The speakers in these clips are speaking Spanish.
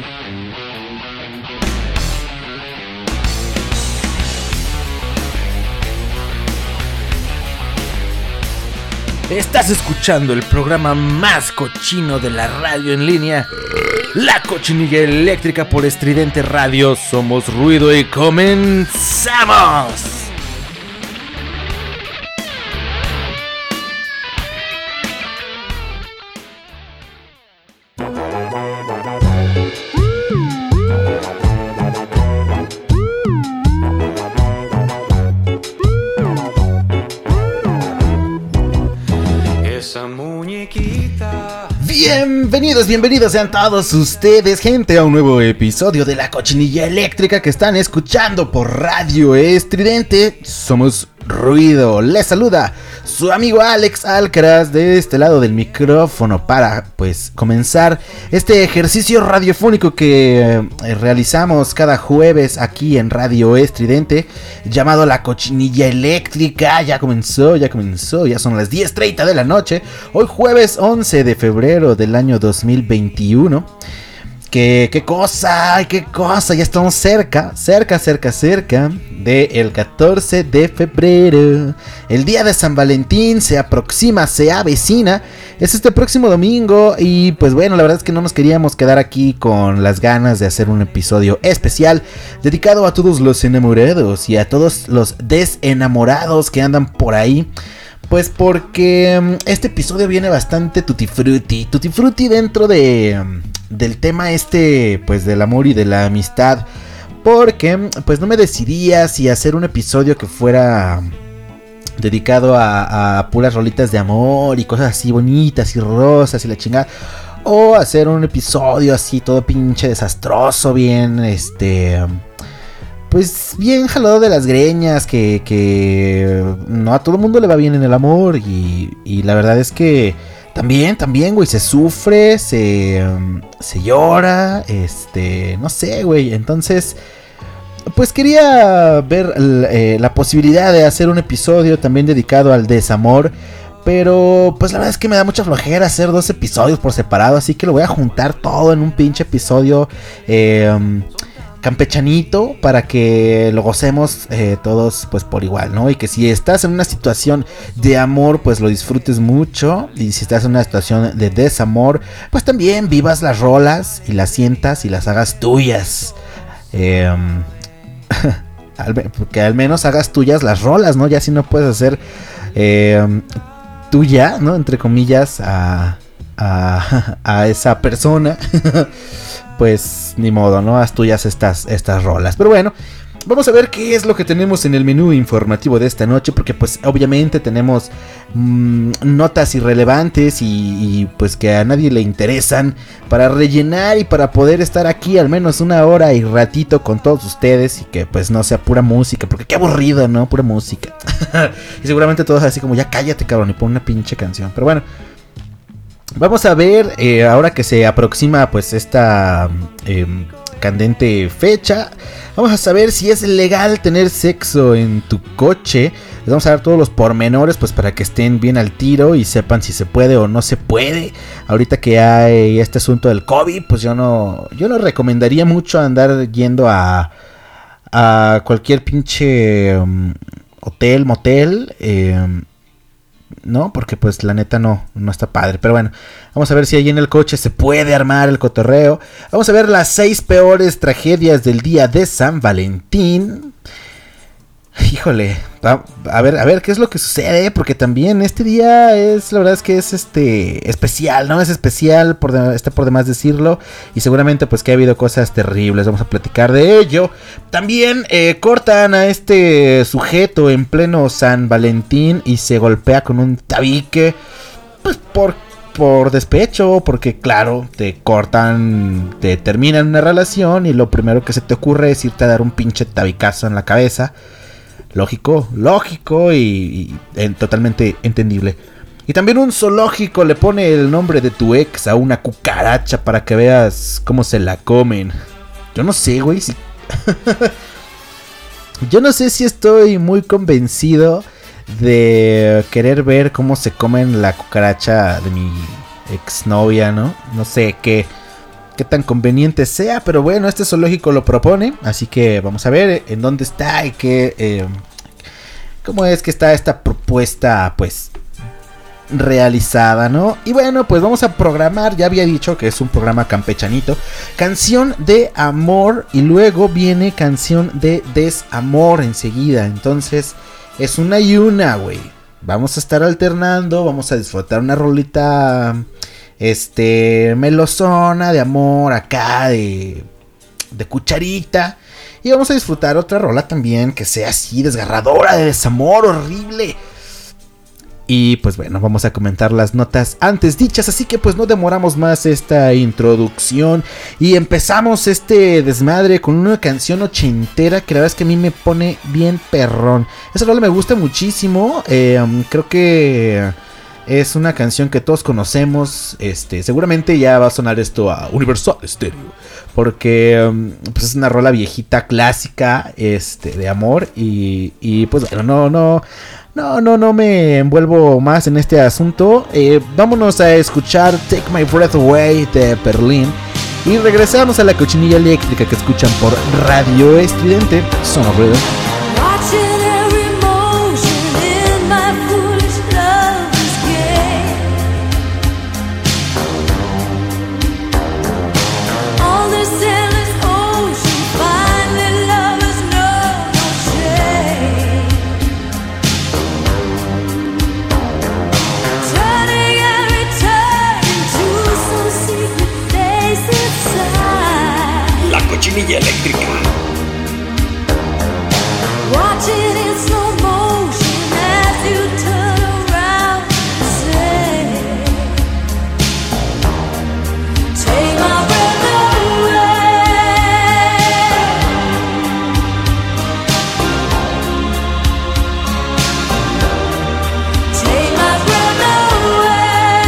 Estás escuchando el programa más cochino de la radio en línea, La Cochinilla Eléctrica por Estridente Radio. Somos ruido y comenzamos. Bienvenidos sean todos ustedes, gente, a un nuevo episodio de La Cochinilla Eléctrica que están escuchando por Radio Estridente. Somos ruido. Les saluda su amigo Alex Alcaraz de este lado del micrófono para, pues, comenzar este ejercicio radiofónico que realizamos cada jueves aquí en Radio Estridente, llamado La Cochinilla Eléctrica. Ya comenzó, ya son las 10:30 de la noche, hoy jueves 11 de febrero del año 2021. ¿Qué cosa? Ya estamos cerca del 14 de febrero. El día de San Valentín se aproxima, se avecina. Es este próximo domingo y pues bueno, la verdad es que no nos queríamos quedar aquí con las ganas de hacer un episodio especial dedicado a todos los enamorados y a todos los desenamorados que andan por ahí. Pues porque este episodio viene bastante tutti frutti dentro del tema pues del amor y de la amistad. Porque pues no me decidía si hacer un episodio que fuera dedicado a puras rolitas de amor y cosas así bonitas y rosas y la chingada, o hacer un episodio así todo pinche desastroso, bien pues bien jalado de las greñas, que no a todo el mundo le va bien en el amor. Y la verdad es que también, güey, se sufre, se llora, no sé, güey. Entonces, pues quería ver la posibilidad de hacer un episodio también dedicado al desamor. Pero pues la verdad es que me da mucha flojera hacer 2 episodios por separado, así que lo voy a juntar todo en un pinche episodio campechanito para que lo gocemos todos pues por igual, ¿no? Y que si estás en una situación de amor pues lo disfrutes mucho, y si estás en una situación de desamor pues también vivas las rolas y las sientas y las hagas tuyas, porque al menos hagas tuyas las rolas, ¿no? Ya si no puedes hacer tuya, ¿no? Entre comillas a esa persona pues ni modo, ¿no? Haz tuyas estas rolas. Pero bueno, vamos a ver qué es lo que tenemos en el menú informativo de esta noche, porque pues obviamente tenemos notas irrelevantes y pues que a nadie le interesan, para rellenar y para poder estar aquí al menos una hora y ratito con todos ustedes, y que pues no sea pura música, porque qué aburrido, ¿no? Pura música. Y seguramente todos así como, ya cállate, cabrón, y pon una pinche canción. Pero bueno, vamos a ver, ahora que se aproxima pues esta candente fecha, vamos a saber si es legal tener sexo en tu coche. Les vamos a dar todos los pormenores pues para que estén bien al tiro y sepan si se puede o no se puede. Ahorita que hay este asunto del COVID, pues yo no recomendaría mucho andar yendo a cualquier pinche hotel, motel, no, porque pues la neta no está padre. Pero bueno, vamos a ver si ahí en el coche se puede armar el cotorreo. Vamos a ver las 6 peores tragedias del día de San Valentín. Híjole, a ver qué es lo que sucede, porque también este día la verdad es que es especial, ¿no? Es especial, está por demás decirlo, y seguramente pues que ha habido cosas terribles, vamos a platicar de ello. También cortan a este sujeto en pleno San Valentín y se golpea con un tabique, pues por despecho, porque claro, te cortan, te terminan una relación y lo primero que se te ocurre es irte a dar un pinche tabicazo en la cabeza. Lógico y totalmente entendible. Y también un zoológico le pone el nombre de tu ex a una cucaracha para que veas cómo se la comen. Yo no sé, güey, si... Yo no sé si estoy muy convencido de querer ver cómo se comen la cucaracha de mi exnovia, ¿no? No sé, qué qué tan conveniente sea, pero bueno, este zoológico lo propone, así que vamos a ver en dónde está y cómo es que está esta propuesta, pues, realizada, ¿no? Y bueno, pues vamos a programar, ya había dicho que es un programa campechanito, canción de amor y luego viene canción de desamor enseguida, entonces es una y una, güey. Vamos a estar alternando, vamos a disfrutar una rolita, melosona de amor acá, de cucharita. Y vamos a disfrutar otra rola también que sea así desgarradora, de desamor horrible. Y pues bueno, vamos a comentar las notas antes dichas, así que pues no demoramos más esta introducción y empezamos este desmadre con una canción ochentera que la verdad es que a mí me pone bien perrón. Esa rola me gusta muchísimo, creo que es una canción que todos conocemos, seguramente ya va a sonar esto a Universal Stereo, porque pues es una rola viejita, clásica, de amor y pues bueno, no me envuelvo más en este asunto. Vámonos a escuchar Take My Breath Away de Berlín. Y regresamos a la cochinilla eléctrica que escuchan por Radio Estridente. Sonoro. Cochinilla eléctrica. Watching in slow motion as you turn around and say, take my breath away. Take my breath away.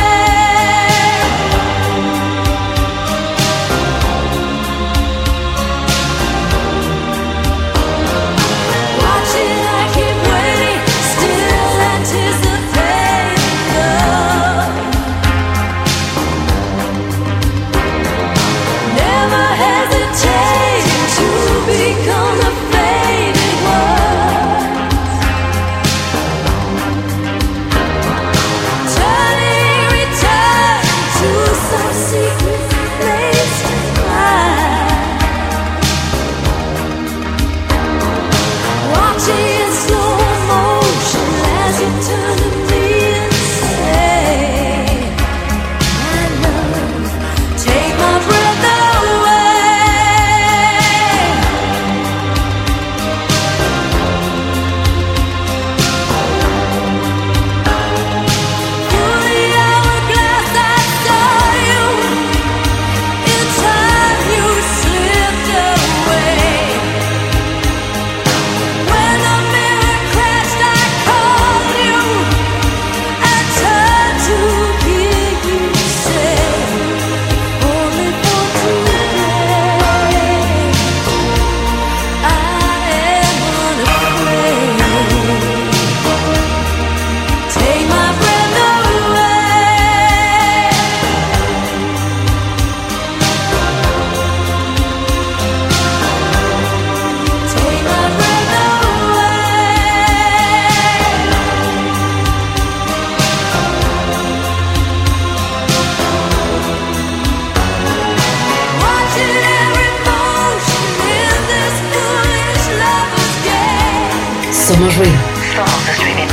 Somos ruido. Somos estridente.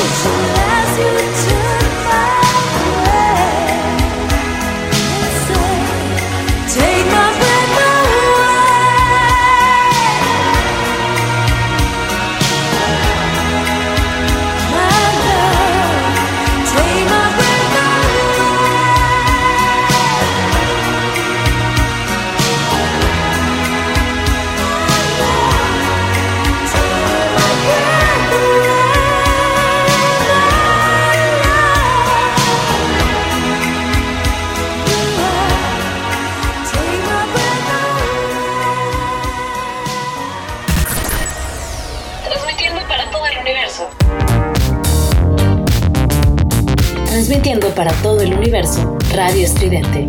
Say Transmitiendo para todo el universo, Radio Estridente.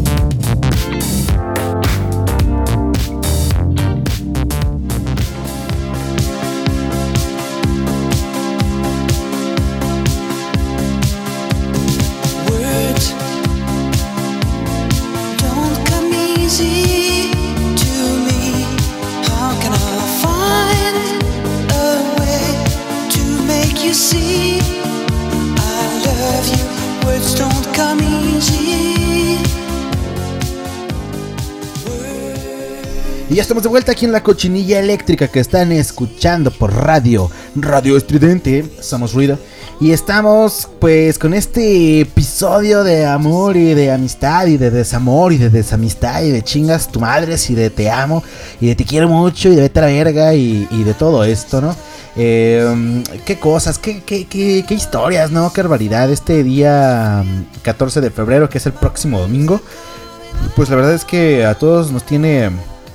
Y ya estamos de vuelta aquí en la cochinilla eléctrica que están escuchando por Radio Estridente. Somos Ruido. Y estamos pues con este episodio de amor y de amistad y de desamor y de desamistad y de chingas tu madres y de te amo y de te quiero mucho y de vete a la verga y de todo esto, ¿no? Qué cosas, qué historias, ¿no? Qué barbaridad. Este día 14 de febrero, que es el próximo domingo, pues la verdad es que a todos nos tiene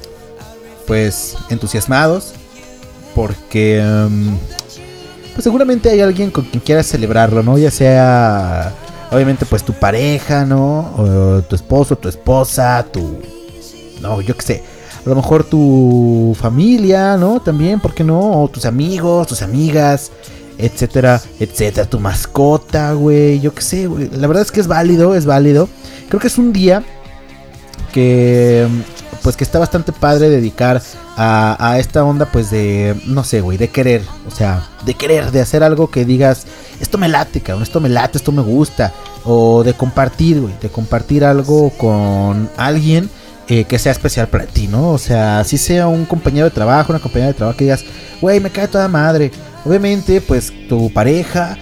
pues entusiasmados porque pues seguramente hay alguien con quien quieras celebrarlo, ¿no? Ya sea obviamente pues tu pareja, ¿no? O tu esposo, tu esposa, no, yo qué sé, a lo mejor tu familia, ¿no? También, ¿por qué no? O tus amigos, tus amigas, etcétera, etcétera, tu mascota, güey, yo qué sé, güey. La verdad es que es válido. Creo que es un día que pues que está bastante padre dedicar a esta onda pues de, no sé, güey, de querer, o sea, de hacer algo que digas, esto me late, cabrón, esto me gusta, o de compartir, güey, de compartir algo con alguien que sea especial para ti, ¿no? O sea, si sea un compañero de trabajo, una compañera de trabajo que digas, güey, me cae toda madre, obviamente pues tu pareja,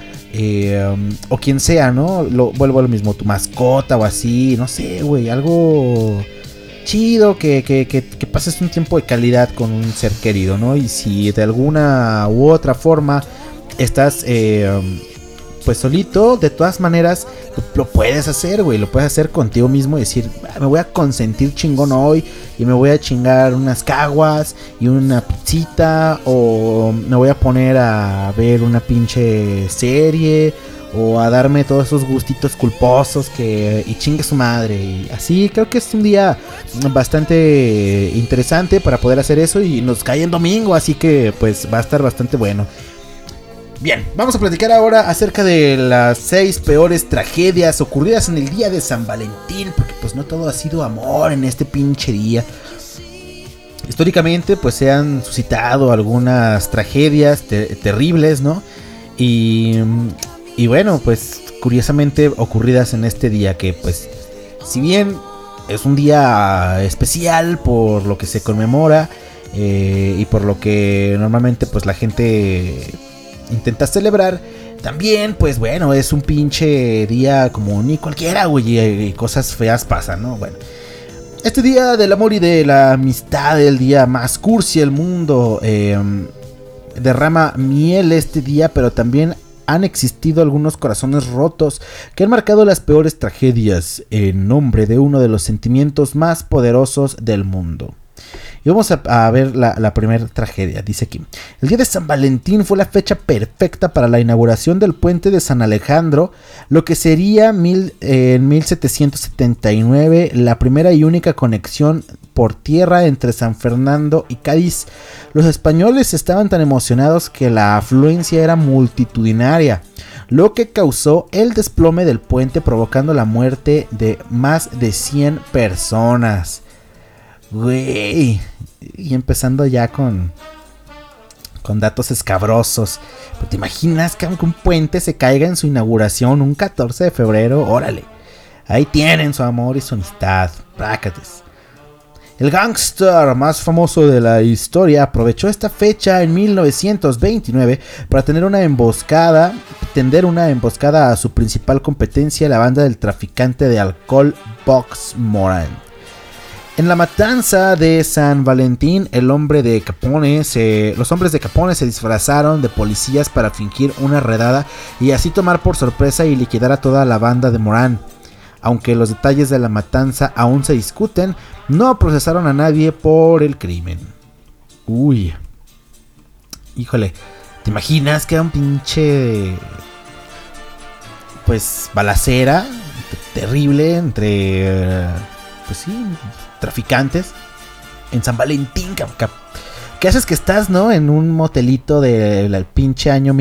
o quien sea, ¿no? Vuelvo a lo mismo, tu mascota o así, no sé, güey, algo chido, que pases un tiempo de calidad con un ser querido, ¿no? Y si de alguna u otra forma estás pues solito, de todas maneras lo puedes hacer, güey, lo puedes hacer contigo mismo y decir, me voy a consentir chingón hoy y me voy a chingar unas caguas y una pizzita, o me voy a poner a ver una pinche serie, o a darme todos esos gustitos culposos y chingue su madre. Y así creo que es un día bastante interesante para poder hacer eso. Y nos cae en domingo, así que pues va a estar bastante bueno. Bien, vamos a platicar ahora acerca de las 6 peores tragedias ocurridas en el día de San Valentín. Porque pues no todo ha sido amor en este pinche día. Históricamente pues se han suscitado algunas tragedias terribles, ¿no? Y bueno, pues curiosamente ocurridas en este día, que pues si bien es un día especial por lo que se conmemora y por lo que normalmente pues la gente intenta celebrar, también pues bueno, es un pinche día como ni cualquiera, güey, y cosas feas pasan, ¿no? Bueno, este día del amor y de la amistad, el día más cursi del mundo, derrama miel este día, pero también han existido algunos corazones rotos que han marcado las peores tragedias en nombre de uno de los sentimientos más poderosos del mundo. Y vamos a ver la primera tragedia. Dice aquí: el día de San Valentín fue la fecha perfecta para la inauguración del puente de San Alejandro, lo que sería en 1779 la primera y única conexión por tierra entre San Fernando y Cádiz. Los españoles estaban tan emocionados que la afluencia era multitudinaria, lo que causó el desplome del puente, provocando la muerte de más de 100 personas. Güey, y empezando ya con datos escabrosos. ¿Pero te imaginas que un puente se caiga en su inauguración un 14 de febrero? Órale, ahí tienen su amor y su amistad. Prácates. El gángster más famoso de la historia aprovechó esta fecha en 1929 para tender una emboscada a su principal competencia, la banda del traficante de alcohol Bugs Moran. En la matanza de San Valentín, los hombres de Capone se disfrazaron de policías para fingir una redada y así tomar por sorpresa y liquidar a toda la banda de Moran. Aunque los detalles de la matanza aún se discuten, no procesaron a nadie por el crimen. Uy. Híjole, ¿te imaginas que era un pinche pues balacera terrible entre pues sí, traficantes en San Valentín. ¿Qué haces que estás, no? En un motelito del pinche año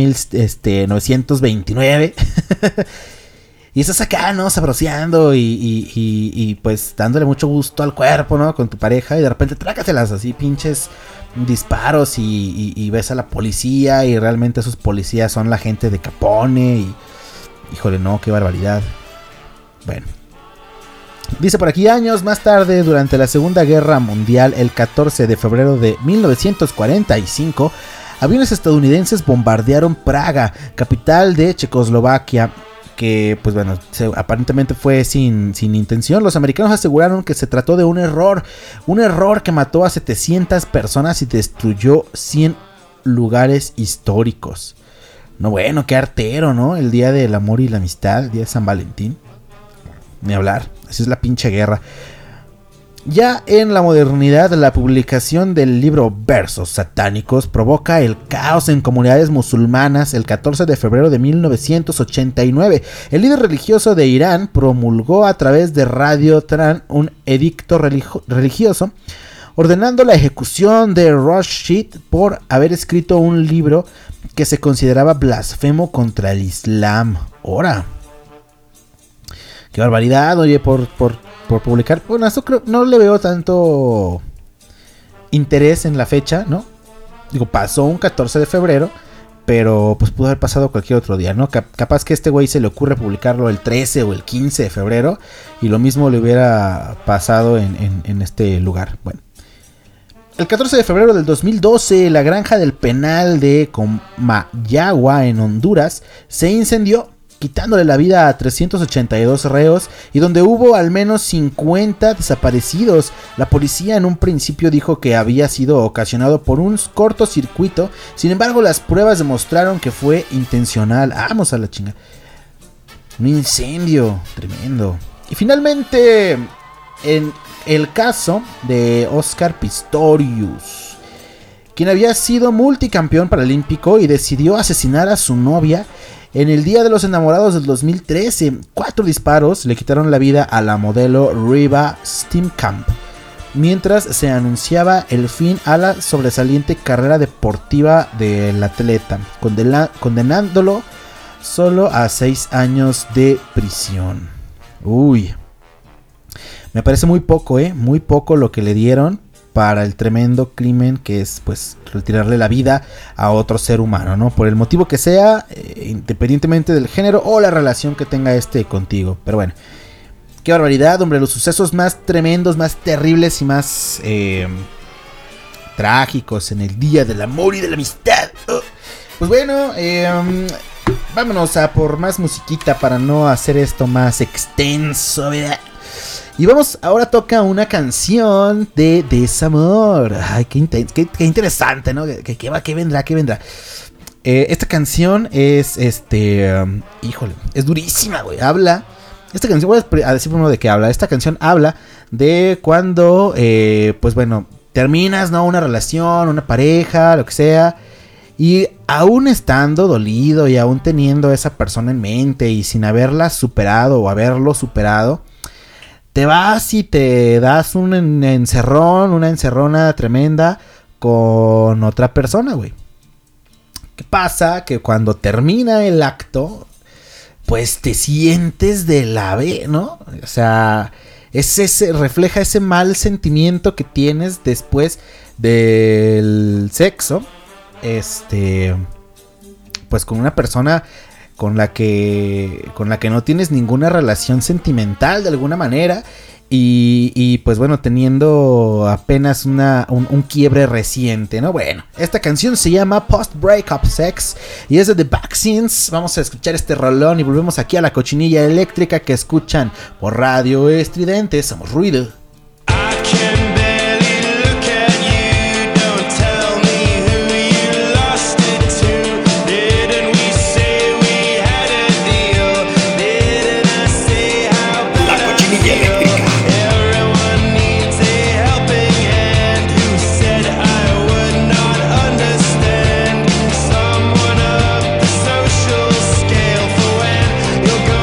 1929. Y estás acá, ¿no? Sabroseando y pues dándole mucho gusto al cuerpo, ¿no? Con tu pareja. Y de repente trácatelas así, pinches disparos y ves a la policía. Y realmente esos policías son la gente de Capone. Y híjole, no, qué barbaridad. Bueno. Dice por aquí, años más tarde, durante la Segunda Guerra Mundial, el 14 de febrero de 1945, aviones estadounidenses bombardearon Praga, capital de Checoslovaquia, que pues bueno, aparentemente fue sin intención. Los americanos aseguraron que se trató de un error que mató a 700 personas y destruyó 100 lugares históricos. No, bueno, qué artero, ¿no? El día del amor y la amistad, el día de San Valentín. Ni hablar, así es la pinche guerra. Ya en la modernidad, la publicación del libro Versos Satánicos provoca el caos en comunidades musulmanas. El 14 de febrero de 1989, el líder religioso de Irán promulgó a través de Radio Tehran un edicto religioso ordenando la ejecución de Rushdie por haber escrito un libro que se consideraba blasfemo contra el Islam. ¡Ora! ¡Qué barbaridad! Oye, por publicar. Bueno, esto creo, no le veo tanto interés en la fecha, ¿no? Digo, pasó un 14 de febrero, pero pues pudo haber pasado cualquier otro día, ¿no? Capaz que a este güey se le ocurre publicarlo el 13 o el 15 de febrero y lo mismo le hubiera pasado en este lugar. Bueno. El 14 de febrero del 2012, la granja del penal de Comayagua en Honduras se incendió, quitándole la vida a 382 reos y donde hubo al menos 50 desaparecidos. La policía en un principio dijo que había sido ocasionado por un cortocircuito, sin embargo las pruebas demostraron que fue intencional. Vamos a la chinga. Un incendio tremendo. Y finalmente, en el caso de Oscar Pistorius, quien había sido multicampeón paralímpico y decidió asesinar a su novia en el Día de los Enamorados del 2013. 4 disparos le quitaron la vida a la modelo Reba Steenkamp, mientras se anunciaba el fin a la sobresaliente carrera deportiva del atleta, condenándolo solo a 6 años de prisión. Uy, me parece muy poco, muy poco lo que le dieron para el tremendo crimen que es, pues, retirarle la vida a otro ser humano, ¿no? Por el motivo que sea, independientemente del género o la relación que tenga contigo. Pero bueno, qué barbaridad, hombre, los sucesos más tremendos, más terribles y más trágicos en el Día del Amor y de la Amistad. Pues bueno, vámonos a por más musiquita para no hacer esto más extenso, ¿verdad? Y vamos, ahora toca una canción de desamor. Ay, qué interesante, ¿no? ¿Qué vendrá? Esta canción es, híjole, es durísima, güey. Esta canción, voy a decir primero de qué habla. Esta canción habla de cuando, pues bueno, terminas, ¿no? Una relación, una pareja, lo que sea. Y aún estando dolido y aún teniendo a esa persona en mente y sin haberla superado o haberlo superado, te vas y te das un encerrón, una encerrona tremenda con otra persona, güey. ¿Qué pasa? Que cuando termina el acto, pues te sientes de la B, ¿no? O sea, refleja ese mal sentimiento que tienes después del sexo. Pues con una persona con la que no tienes ninguna relación sentimental de alguna manera y pues bueno, teniendo apenas un quiebre reciente, ¿no? Bueno, esta canción se llama Post Breakup Sex y es de The Vaccines. Vamos a escuchar este rolón y volvemos aquí a la cochinilla eléctrica que escuchan por Radio Estridente. Somos ruido. You're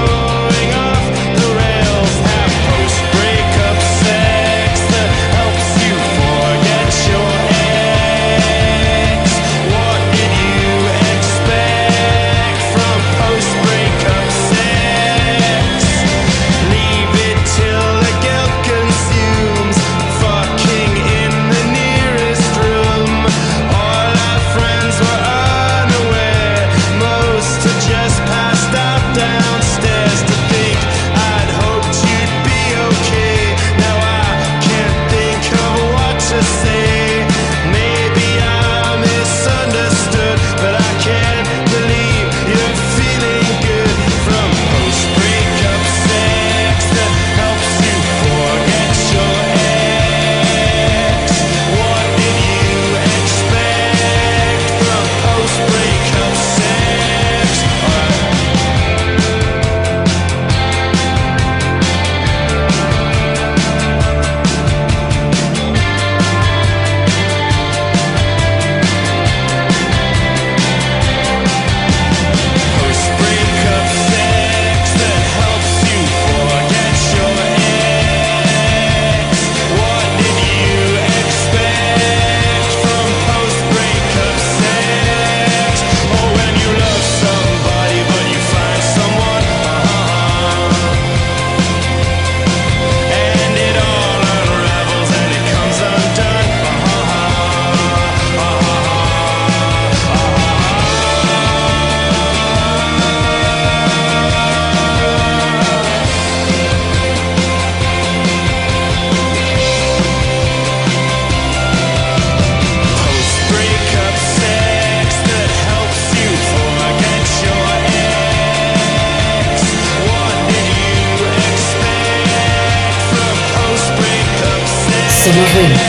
Somos ruido.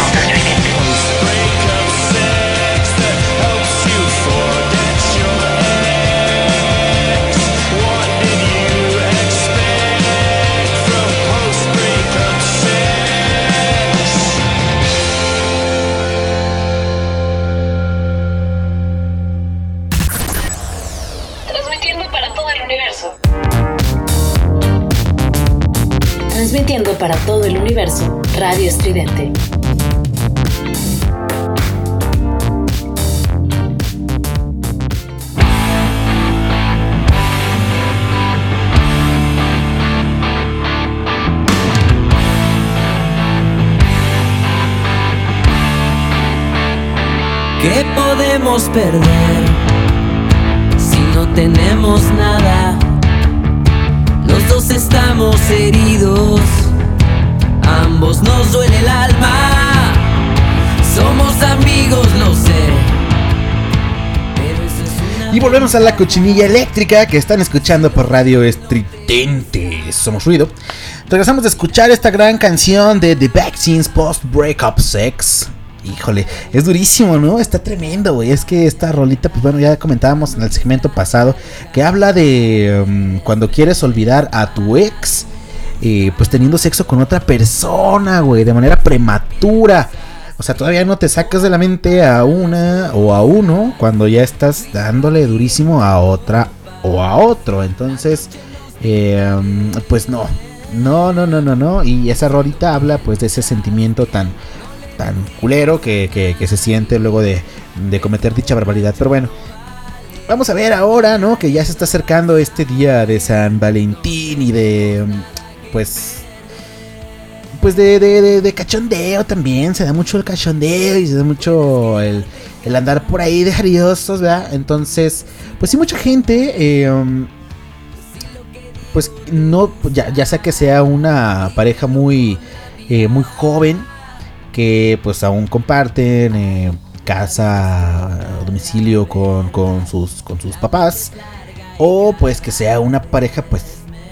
Transmitiendo para todo el universo, Radio Estridente. ¿Qué podemos perder si no tenemos nada? Los dos estamos heridos, ambos nos duele el alma. Somos amigos, lo sé, pero eso es una... Y volvemos a la cochinilla eléctrica que están escuchando por Radio Estridente. Somos ruido. Regresamos de escuchar esta gran canción de The Vaccines Post Breakup Sex. Híjole, es durísimo, ¿no? Está tremendo, güey. Es que esta rolita, pues bueno, ya comentábamos en el segmento pasado que habla de cuando quieres olvidar a tu ex, pues teniendo sexo con otra persona, güey, de manera prematura. O sea, todavía no te sacas de la mente a una o a uno cuando ya estás dándole durísimo a otra o a otro. Entonces, pues no. Y esa rolita habla pues de ese sentimiento tan culero que se siente luego de cometer dicha barbaridad. Pero bueno, vamos a ver ahora, ¿no? Que ya se está acercando este día de San Valentín y de de cachondeo también. Se da mucho el cachondeo y se da mucho el andar por ahí de jariosos, ¿verdad? Entonces, pues sí, mucha gente pues no, ya sea que sea una pareja muy joven, que pues aún comparten casa, domicilio con sus papás, o pues que sea una pareja pues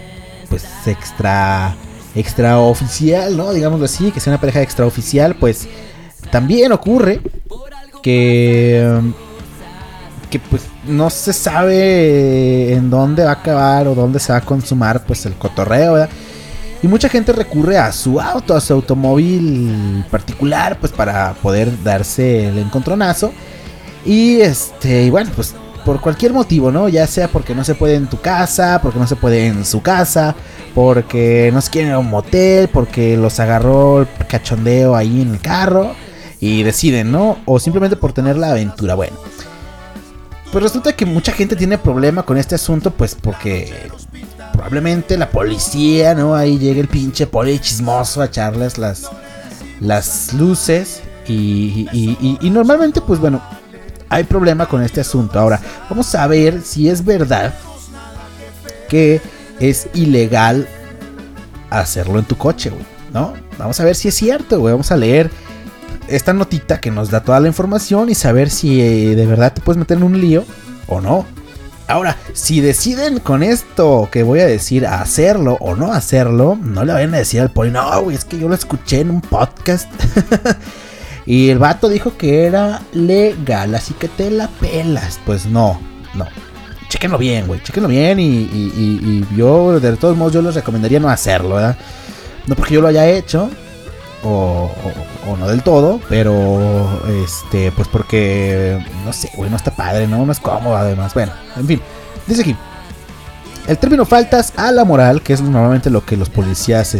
extraoficial, ¿no? Digámoslo así, que sea una pareja extraoficial. Pues también ocurre que pues no se sabe en dónde va a acabar o dónde se va a consumar pues el cotorreo, ¿verdad? Y mucha gente recurre a su auto, a su automóvil particular, pues para poder darse el encontronazo. Y bueno, pues por cualquier motivo, ¿no? Ya sea porque no se puede en tu casa, porque no se puede en su casa, porque no se quieren ir a un motel, porque los agarró el cachondeo ahí en el carro y deciden, ¿no? O simplemente por tener la aventura. Bueno, pues resulta que mucha gente tiene problema con este asunto, pues porque probablemente la policía, ¿no? Ahí llega el pinche poli chismoso a echarles las luces y normalmente, pues bueno, hay problema con este asunto. Ahora, vamos a ver si es verdad que es ilegal hacerlo en tu coche, güey, ¿no? Vamos a ver si es cierto, güey. Vamos a leer esta notita que nos da toda la información y saber si de verdad te puedes meter en un lío o no. Ahora, si deciden con esto que voy a decir hacerlo o no hacerlo, no le vayan a decir al poli, no, güey, es que yo lo escuché en un podcast y el vato dijo que era legal, así que te la pelas. Pues no. Chéquenlo bien, güey, chéquenlo bien y yo, de todos modos, yo les recomendaría no hacerlo, ¿verdad? No porque yo lo haya hecho o no del todo, pero pues porque no sé, güey, no está padre, no es cómodo además. Bueno, en fin, dice aquí el término faltas a la moral, que es normalmente lo que los policías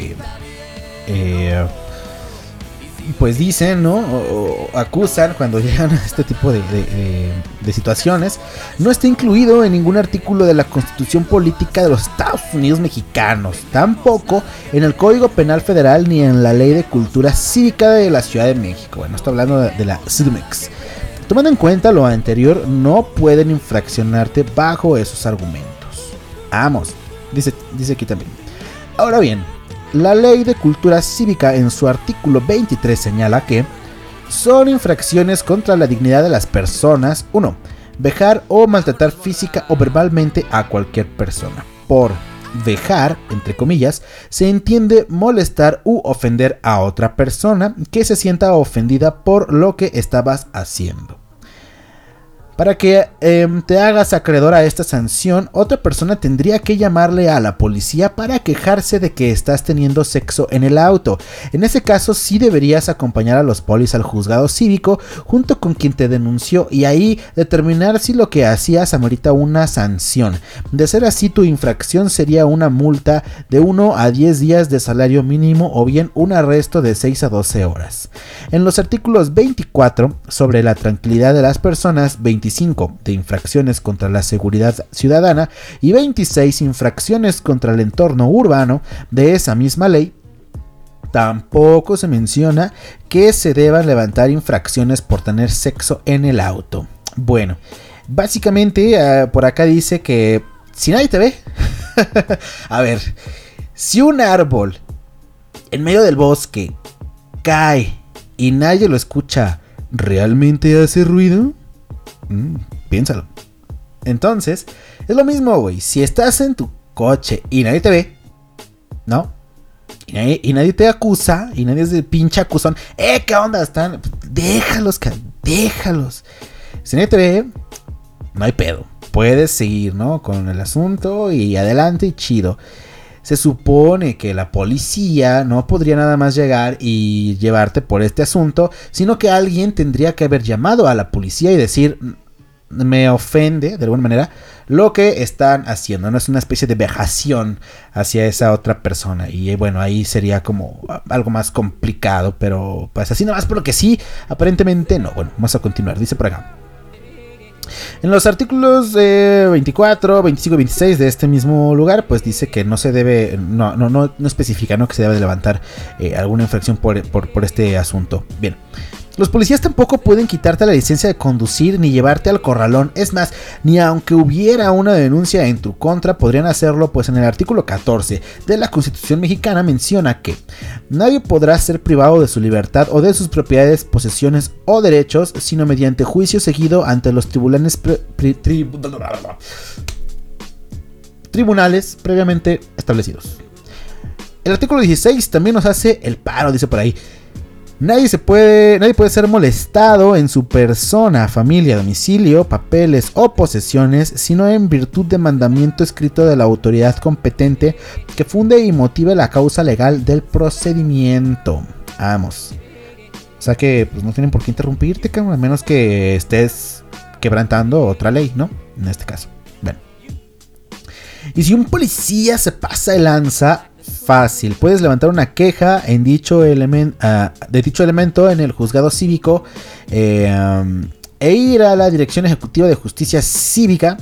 pues dicen, ¿no? O acusan cuando llegan a este tipo de situaciones, no está incluido en ningún artículo de la Constitución Política de los Estados Unidos Mexicanos, tampoco en el Código Penal Federal ni en la Ley de Cultura Cívica de la Ciudad de México. Bueno, está hablando de la CDMX. Tomando en cuenta lo anterior, no pueden infraccionarte bajo esos argumentos. Vamos, dice aquí también. Ahora bien, la Ley de Cultura Cívica en su artículo 23 señala que son infracciones contra la dignidad de las personas. 1. Vejar o maltratar física o verbalmente a cualquier persona. Por vejar, entre comillas, se entiende molestar u ofender a otra persona que se sienta ofendida por lo que estabas haciendo. Para que te hagas acreedor a esta sanción, otra persona tendría que llamarle a la policía para quejarse de que estás teniendo sexo en el auto. En ese caso sí deberías acompañar a los polis al juzgado cívico junto con quien te denunció y ahí determinar si lo que hacías amerita una sanción. De ser así, tu infracción sería una multa de 1 a 10 días de salario mínimo o bien un arresto de 6 a 12 horas. En los artículos 24 sobre la tranquilidad de las personas, 25 de infracciones contra la seguridad ciudadana y 26 infracciones contra el entorno urbano de esa misma ley, tampoco se menciona que se deban levantar infracciones por tener sexo en el auto. Bueno, básicamente por acá dice que si nadie te ve, a ver, si un árbol en medio del bosque cae y nadie lo escucha, ¿realmente hace ruido? Piénsalo. Entonces, es lo mismo, güey. Si estás en tu coche y nadie te ve, ¿no? Y nadie te acusa, y nadie es de pinche acusón. ¿Qué onda? Están. Déjalos. Si nadie te ve, no hay pedo. Puedes seguir, ¿no? Con el asunto y adelante y chido. Se supone que la policía no podría nada más llegar y llevarte por este asunto, sino que alguien tendría que haber llamado a la policía y decir, me ofende de alguna manera lo que están haciendo, no es una especie de vejación hacia esa otra persona. Y bueno, ahí sería como algo más complicado, pero pues así nada más por lo que sí, aparentemente no. Bueno, vamos a continuar, dice por acá. En los artículos 24, 25 y 26 de este mismo lugar, pues dice que no se debe, no especifica, ¿no? Que se debe levantar alguna infracción por este asunto. Bien. Los policías tampoco pueden quitarte la licencia de conducir ni llevarte al corralón. Es más, ni aunque hubiera una denuncia en tu contra, podrían hacerlo, pues en el artículo 14 de la Constitución mexicana menciona que nadie podrá ser privado de su libertad o de sus propiedades, posesiones o derechos, sino mediante juicio seguido ante los tribunales previamente establecidos. El artículo 16 también nos hace el paro, dice por ahí. Nadie puede ser molestado en su persona, familia, domicilio, papeles o posesiones, sino en virtud de mandamiento escrito de la autoridad competente que funde y motive la causa legal del procedimiento. Vamos. O sea que pues, no tienen por qué interrumpirte, cabrón, a menos que estés quebrantando otra ley, ¿no? En este caso. Bueno. Y si un policía se pasa de lanza, fácil, puedes levantar una queja en de dicho elemento en el juzgado cívico e ir a la Dirección Ejecutiva de Justicia Cívica,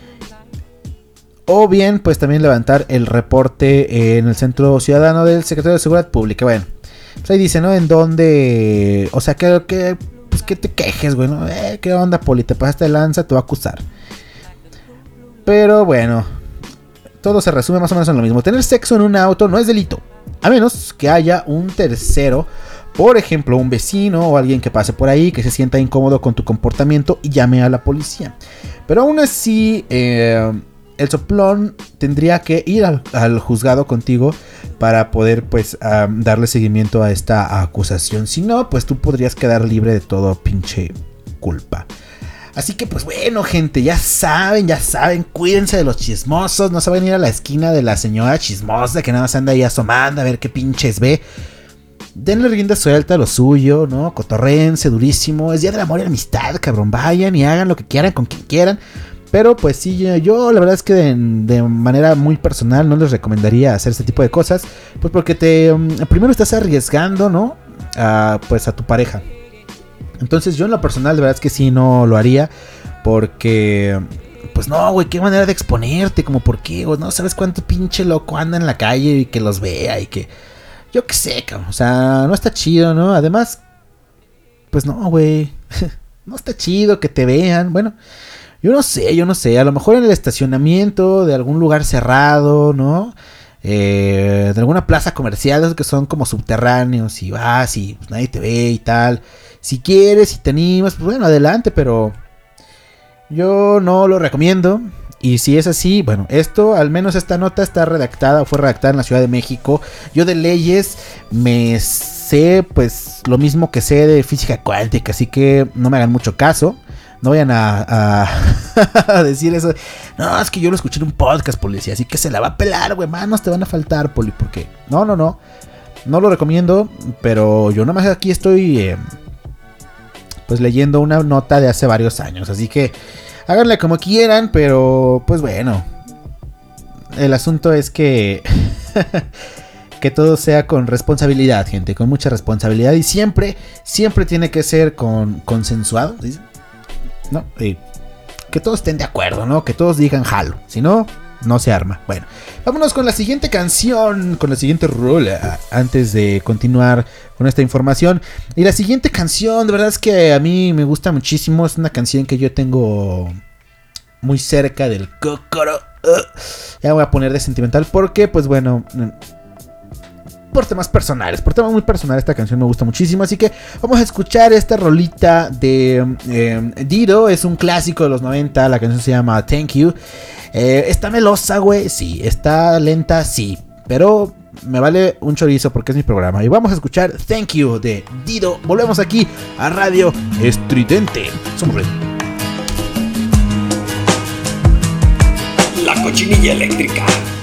o bien pues también levantar el reporte en el Centro Ciudadano del Secretario de Seguridad Pública. Bueno, pues ahí dice, ¿no? En dónde, o sea, que te quejes, güey, ¿no? ¿Qué onda, poli? Te pasaste de lanza, te va a acusar. Pero bueno, todo se resume más o menos en lo mismo. Tener sexo en un auto no es delito, a menos que haya un tercero, por ejemplo un vecino o alguien que pase por ahí que se sienta incómodo con tu comportamiento y llame a la policía. Pero aún así el soplón tendría que ir al juzgado contigo para poder pues darle seguimiento a esta acusación. Si no, pues tú podrías quedar libre de todo pinche culpa. Así que pues bueno, gente, ya saben, cuídense de los chismosos, no se vayan a ir a la esquina de la señora chismosa que nada más anda ahí asomando a ver qué pinches ve. Denle rienda suelta a lo suyo, ¿no? Cotorréense durísimo, es día del amor y la amistad, cabrón, vayan y hagan lo que quieran con quien quieran. Pero pues sí, yo la verdad es que de manera muy personal no les recomendaría hacer este tipo de cosas, pues porque primero estás arriesgando, ¿no? Pues a tu pareja. Entonces yo en lo personal de verdad es que sí no lo haría, porque pues no, güey, qué manera de exponerte, como por qué, güey, no sabes cuánto pinche loco anda en la calle y que los vea y que yo qué sé, cabrón, o sea, no está chido, ¿no? Además, pues no, güey, no está chido que te vean, bueno, yo no sé, a lo mejor en el estacionamiento de algún lugar cerrado, ¿no? De alguna plaza comercial, esos que son como subterráneos y vas y pues, nadie te ve y tal. Si quieres, si te animas, pues bueno, adelante, pero yo no lo recomiendo. Y si es así, bueno, esto, al menos esta nota está redactada, fue redactada en la Ciudad de México. Yo de leyes me sé pues lo mismo que sé de física cuántica, así que no me hagan mucho caso. No vayan a decir eso. No, es que yo lo escuché en un podcast, policía, así que se la va a pelar, güey. Manos te van a faltar, poli, porque no lo recomiendo, pero yo nomás aquí estoy pues leyendo una nota de hace varios años, así que háganle como quieran, pero pues bueno, el asunto es que que todo sea con responsabilidad, gente, con mucha responsabilidad, y siempre tiene que ser consensuado, ¿sí? ¿No? Que todos estén de acuerdo, ¿no? Que todos digan jalo, si no, no se arma. Bueno, vámonos con la siguiente canción, con la siguiente rola, antes de continuar con esta información. Y la siguiente canción, de verdad es que a mí me gusta muchísimo, es una canción que yo tengo muy cerca del cocoro. Ya voy a poner de sentimental porque, pues bueno, por temas personales, por temas muy personales, esta canción me gusta muchísimo. Así que vamos a escuchar esta rolita de Dido. Es un clásico de los 90. La canción se llama Thank You. Está melosa, güey, sí. Está lenta, sí. Pero me vale un chorizo porque es mi programa. Y vamos a escuchar Thank You de Dido. Volvemos aquí a Radio Estridente. Somos ready. La cochinilla eléctrica.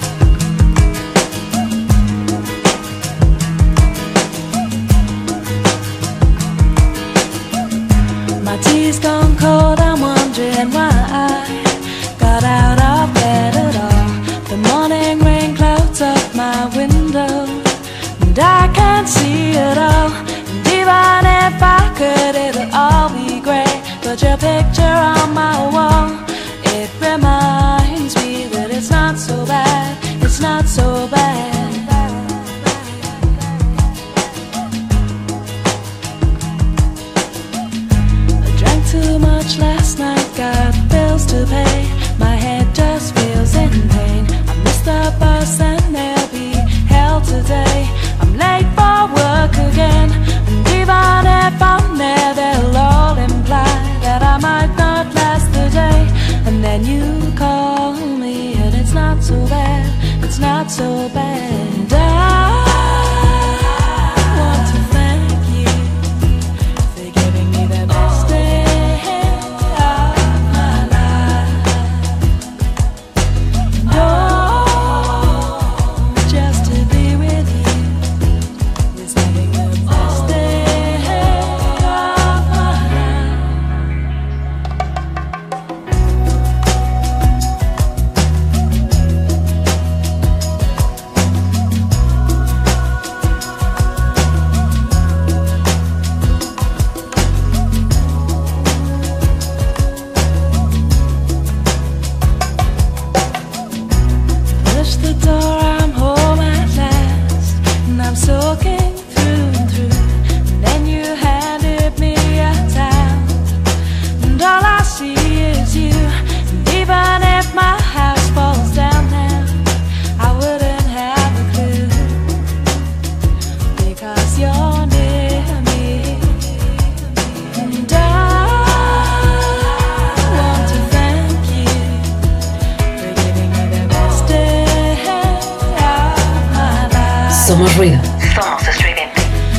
My tea's gone cold, I'm wondering why I got out of bed at all. The morning rain clouds up my window, and I can't see it all. And even if I could, it'll all be great. But your picture on my wall, it reminds me that it's not so bad, it's not so bad. Too much last night, got bills to pay. My head just feels in pain. I missed the bus and they'll be hell today. I'm late for work again, and even if I'm there, they'll all imply that I might not last the day. And then you call me, and it's not so bad, it's not so bad. I want to thank you for giving me the best day. Somos ruido. Somos estridente.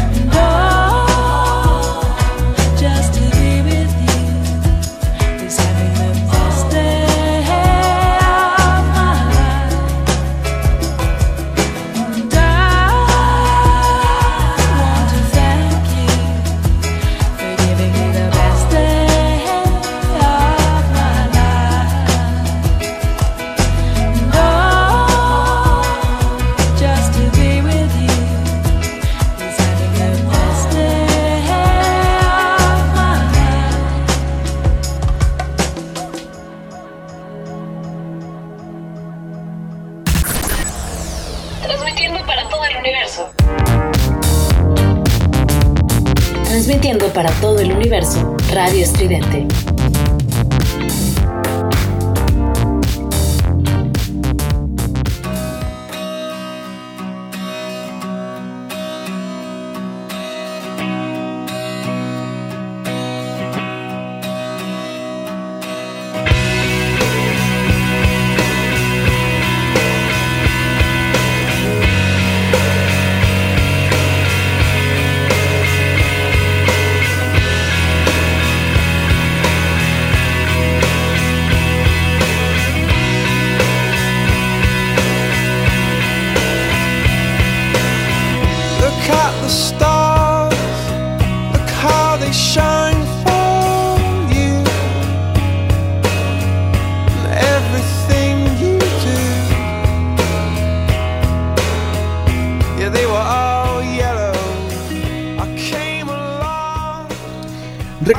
Transmitiendo para todo el universo, Radio Estridente.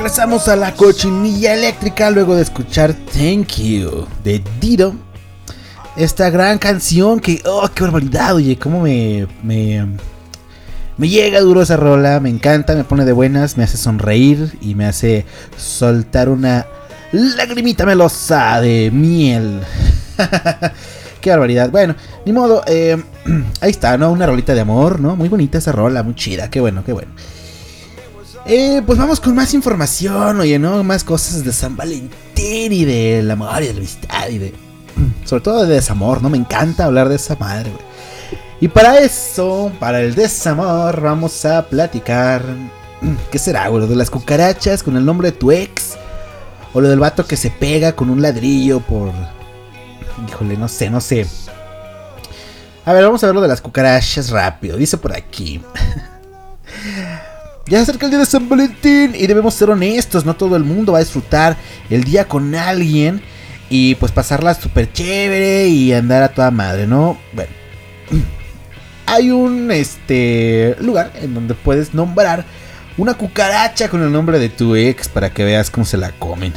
Regresamos a la cochinilla eléctrica luego de escuchar Thank You de Dido. Esta gran canción que, oh, qué barbaridad, oye, cómo me llega duro esa rola, me encanta, me pone de buenas, me hace sonreír y me hace soltar una lagrimita melosa de miel. Qué barbaridad. Bueno, ni modo, ahí está, ¿no? Una rolita de amor, ¿no? Muy bonita esa rola, muy chida, qué bueno, qué bueno. Pues vamos con más información, oye, ¿no? Más cosas de San Valentín y del amor y de la amistad y de... sobre todo de desamor, ¿no? Me encanta hablar de esa madre, güey. Y para eso, para el desamor, vamos a platicar... ¿Qué será, güey? ¿Lo de las cucarachas con el nombre de tu ex? ¿O lo del vato que se pega con un ladrillo por... híjole, no sé. A ver, vamos a ver lo de las cucarachas rápido. Dice por aquí... Ya se acerca el día de San Valentín y debemos ser honestos, no todo el mundo va a disfrutar el día con alguien y pues pasarla súper chévere y andar a toda madre, ¿no? Bueno, hay un lugar en donde puedes nombrar una cucaracha con el nombre de tu ex para que veas cómo se la comen.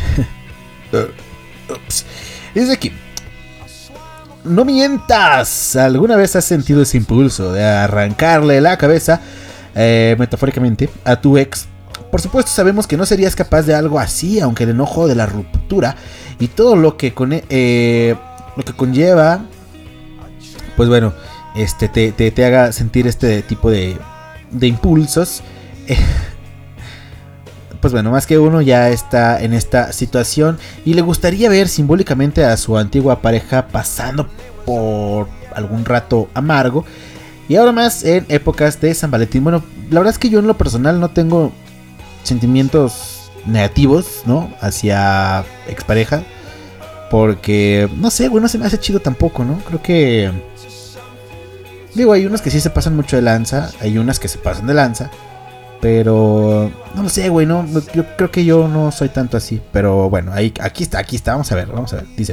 Ups. Dice aquí: no mientas, ¿alguna vez has sentido ese impulso de arrancarle la cabeza? Metafóricamente, a tu ex. Por supuesto sabemos que no serías capaz de algo así, aunque el enojo de la ruptura y todo lo que conlleva, pues bueno, te haga sentir este tipo de impulsos. Pues bueno, más que uno ya está en esta situación y le gustaría ver simbólicamente a su antigua pareja pasando por algún rato amargo. Y ahora más en épocas de San Valentín. Bueno, la verdad es que yo en lo personal no tengo sentimientos negativos, ¿no? Hacia expareja. Porque, no sé, güey, no se me hace chido tampoco, ¿no? Creo que... digo, hay unas que sí se pasan mucho de lanza. Hay unas que se pasan de lanza. Pero... no lo sé, güey, no. Yo creo que yo no soy tanto así. Pero bueno, aquí está. Vamos a ver. Dice...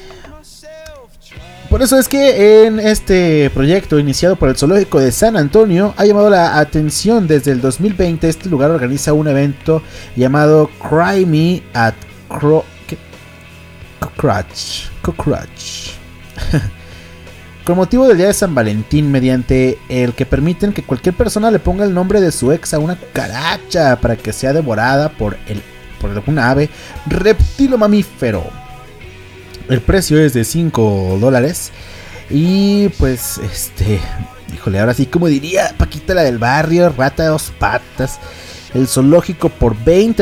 por eso es que en este proyecto iniciado por el Zoológico de San Antonio ha llamado la atención desde el 2020. Este lugar organiza un evento llamado Cry Me at Cockroach. Con motivo del día de San Valentín, mediante el que permiten que cualquier persona le ponga el nombre de su ex a una cucaracha para que sea devorada por algún ave, reptil o mamífero. El precio es de $5. Y pues, híjole, ahora sí, como diría Paquita la del barrio, rata de dos patas. El zoológico por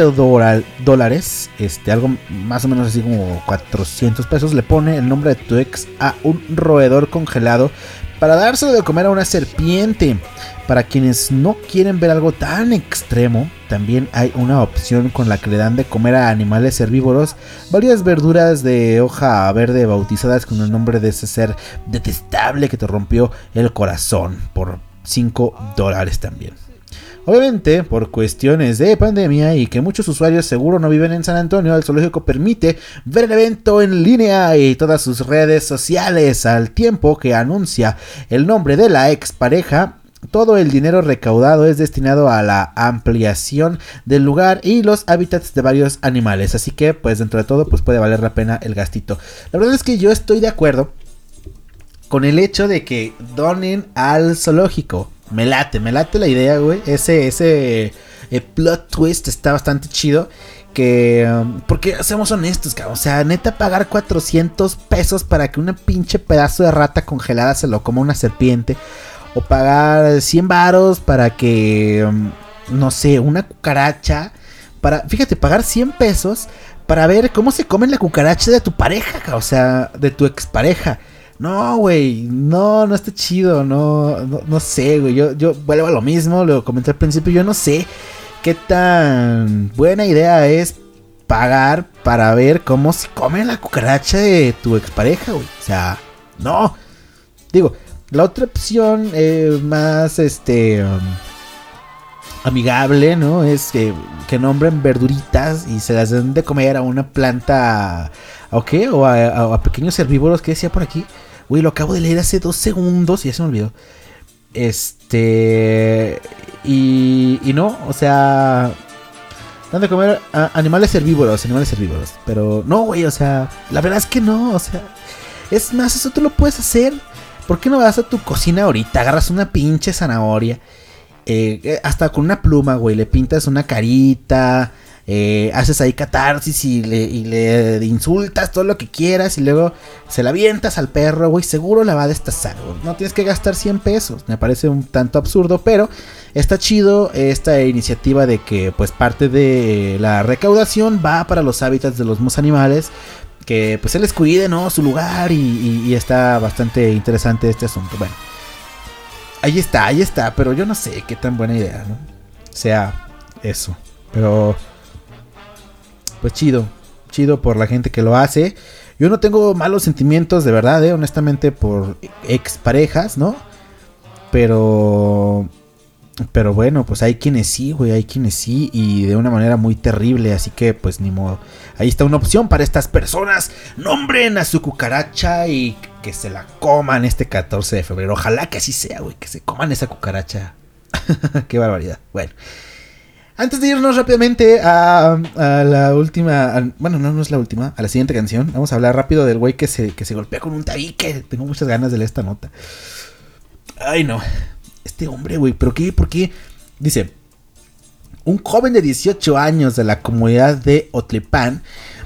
$20, algo más o menos así como $400, le pone el nombre de tu ex a un roedor congelado para dárselo de comer a una serpiente. Para quienes no quieren ver algo tan extremo, también hay una opción con la que le dan de comer a animales herbívoros varias verduras de hoja verde bautizadas con el nombre de ese ser detestable que te rompió el corazón por $5 también. Obviamente, por cuestiones de pandemia y que muchos usuarios seguro no viven en San Antonio, el zoológico permite ver el evento en línea y todas sus redes sociales al tiempo que anuncia el nombre de la expareja. Todo el dinero recaudado es destinado a la ampliación del lugar y los hábitats de varios animales. Así que, pues dentro de todo, pues puede valer la pena el gastito. La verdad es que yo estoy de acuerdo con el hecho de que donen al zoológico. Me late la idea, güey. Ese plot twist está bastante chido. Porque seamos honestos, cabrón. O sea, neta, pagar $400 para que una pinche pedazo de rata congelada se lo coma una serpiente. O pagar 100 varos para que, no sé, una cucaracha. Fíjate, pagar $100 para ver cómo se come la cucaracha de tu pareja, o sea, de tu expareja. No, güey, no está chido, no sé, güey. Yo vuelvo a lo mismo, lo comenté al principio. Yo no sé qué tan buena idea es pagar para ver cómo se come la cucaracha de tu expareja, güey. O sea, no. Digo, la otra opción más amigable, ¿no? Es que nombren verduritas y se las den de comer a una planta, ¿o qué? O a pequeños herbívoros. ¿Qué decía por aquí? Uy, lo acabo de leer hace 2 segundos y ya se me olvidó. Y no, o sea, dan de comer a animales herbívoros. Pero no, güey, o sea, la verdad es que no, o sea, es más, eso tú lo puedes hacer. ¿Por qué no vas a tu cocina ahorita? Agarras una pinche zanahoria, hasta con una pluma, güey, le pintas una carita, haces ahí catarsis y le insultas todo lo que quieras y luego se la avientas al perro, güey, seguro la va a destazar, güey. No tienes que gastar 100 pesos, me parece un tanto absurdo, pero está chido esta iniciativa de que pues parte de la recaudación va para los hábitats de los mismos animales, que pues él les cuide, ¿no? Su lugar y está bastante interesante este asunto. Bueno, ahí está, pero yo no sé qué tan buena idea, ¿no? Sea eso, pero pues chido por la gente que lo hace. Yo no tengo malos sentimientos, de verdad, honestamente, por exparejas, ¿no? Pero bueno, pues hay quienes sí, güey, y de una manera muy terrible, así que pues ni modo. Ahí está una opción para estas personas. Nombren a su cucaracha y que se la coman este 14 de febrero. Ojalá que así sea, güey, que se coman esa cucaracha. Qué barbaridad. Bueno, antes de irnos rápidamente a la última, bueno, no es la última, a la siguiente canción, vamos a hablar rápido del güey que se golpea con un tabique. Tengo muchas ganas de leer esta nota. Ay, no. Este hombre, güey, ¿pero qué? ¿Por qué? Dice, un joven de 18 años de la comunidad de Otlipán,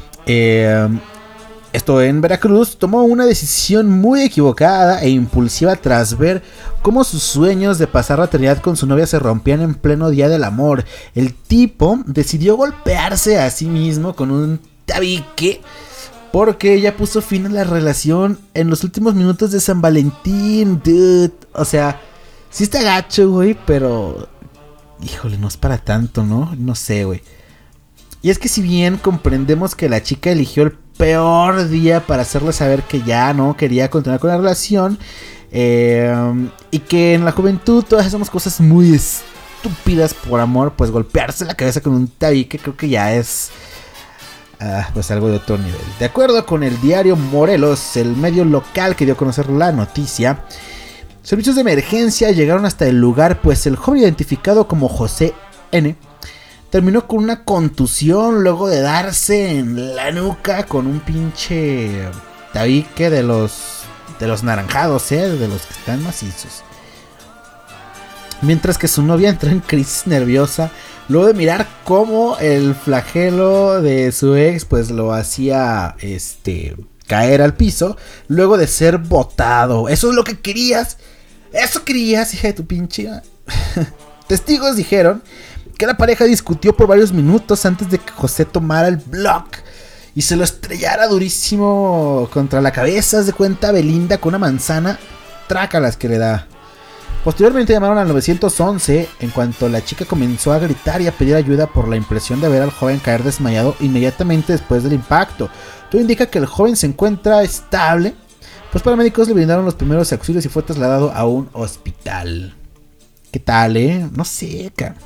esto en Veracruz, tomó una decisión muy equivocada e impulsiva tras ver cómo sus sueños de pasar la eternidad con su novia se rompían en pleno día del amor. El tipo decidió golpearse a sí mismo con un tabique porque ella puso fin a la relación en los últimos minutos de San Valentín, dude. O sea, sí está gacho, güey, pero híjole, no es para tanto, ¿no? No sé, güey. Y es que si bien comprendemos que la chica eligió el peor día para hacerle saber que ya no quería continuar con la relación, y que en la juventud todas hacemos cosas muy estúpidas por amor, pues golpearse la cabeza con un tabique creo que ya es pues algo de otro nivel. De acuerdo con el diario Morelos, el medio local que dio a conocer la noticia, servicios de emergencia llegaron hasta el lugar, pues el joven identificado como José N. terminó con una contusión luego de darse en la nuca con un pinche tabique de los naranjados, de los que están macizos. Mientras que su novia entró en crisis nerviosa luego de mirar cómo el flagelo de su ex pues lo hacía caer al piso luego de ser botado. Eso es lo que querías. Eso querías, hija de tu pinche. Testigos dijeron que la pareja discutió por varios minutos antes de que José tomara el block y se lo estrellara durísimo contra la cabeza. Haz de cuenta Belinda con una manzana, trácalas que le da. Posteriormente llamaron al 911 en cuanto la chica comenzó a gritar y a pedir ayuda por la impresión de ver al joven caer desmayado inmediatamente después del impacto. Todo indica que el joven se encuentra estable. Los paramédicos le brindaron los primeros auxilios y fue trasladado a un hospital. ¿Qué tal, No sé, cabrón.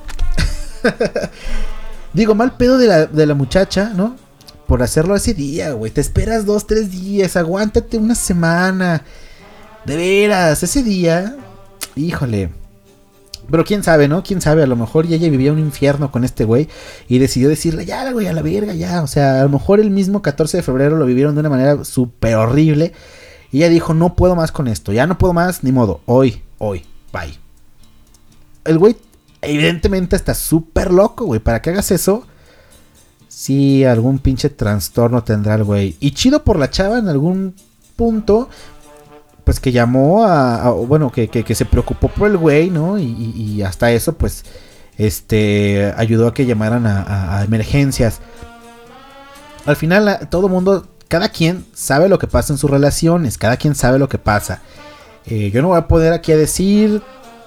Digo, mal pedo de la muchacha, ¿no? Por hacerlo ese día, güey. Te esperas 2-3 días, aguántate una semana. De veras, ese día, híjole. Pero quién sabe, ¿no? Quién sabe, a lo mejor ella vivía un infierno con este güey y decidió decirle, ya, güey, a la verga, ya. O sea, a lo mejor el mismo 14 de febrero lo vivieron de una manera súper horrible. Y ella dijo, no puedo más con esto, ya no puedo más, ni modo, hoy, bye. El güey evidentemente está súper loco, güey, para que hagas eso. Sí, algún pinche trastorno tendrá el güey. Y chido por la chava en algún punto, pues que llamó bueno, que se preocupó por el güey, ¿no? Y hasta eso, pues, ayudó a que llamaran a emergencias. Al final, todo mundo... Cada quien sabe lo que pasa en sus relaciones. Cada quien sabe lo que pasa. Yo no voy a poder aquí a decir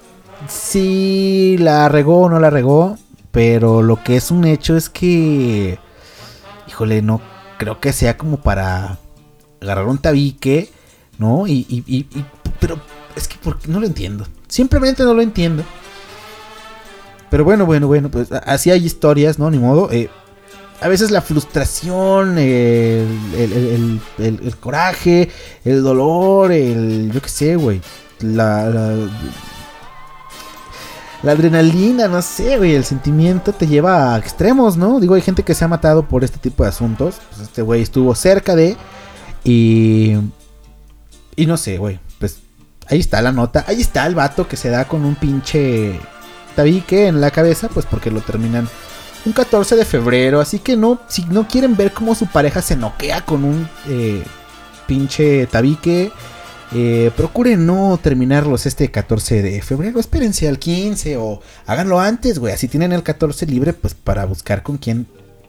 si la regó o no la regó. Pero lo que es un hecho es que... Híjole, no creo que sea como para agarrar un tabique, ¿no? Pero es que no lo entiendo. Simplemente no lo entiendo. Pero bueno, pues así hay historias, ¿no? Ni modo. A veces la frustración, el coraje, el dolor, yo qué sé, güey. la adrenalina, no sé, güey, el sentimiento te lleva a extremos, ¿no? Digo, hay gente que se ha matado por este tipo de asuntos. Pues este güey estuvo cerca de... Y no sé, güey, pues ahí está la nota. Ahí está el vato que se da con un pinche tabique en la cabeza, pues porque lo terminan un 14 de febrero. Así que no, si no quieren ver cómo su pareja se noquea con un pinche tabique, procuren no terminarlos este 14 de febrero. Espérense al 15 o háganlo antes, güey. Así tienen el 14 libre, pues para buscar con quién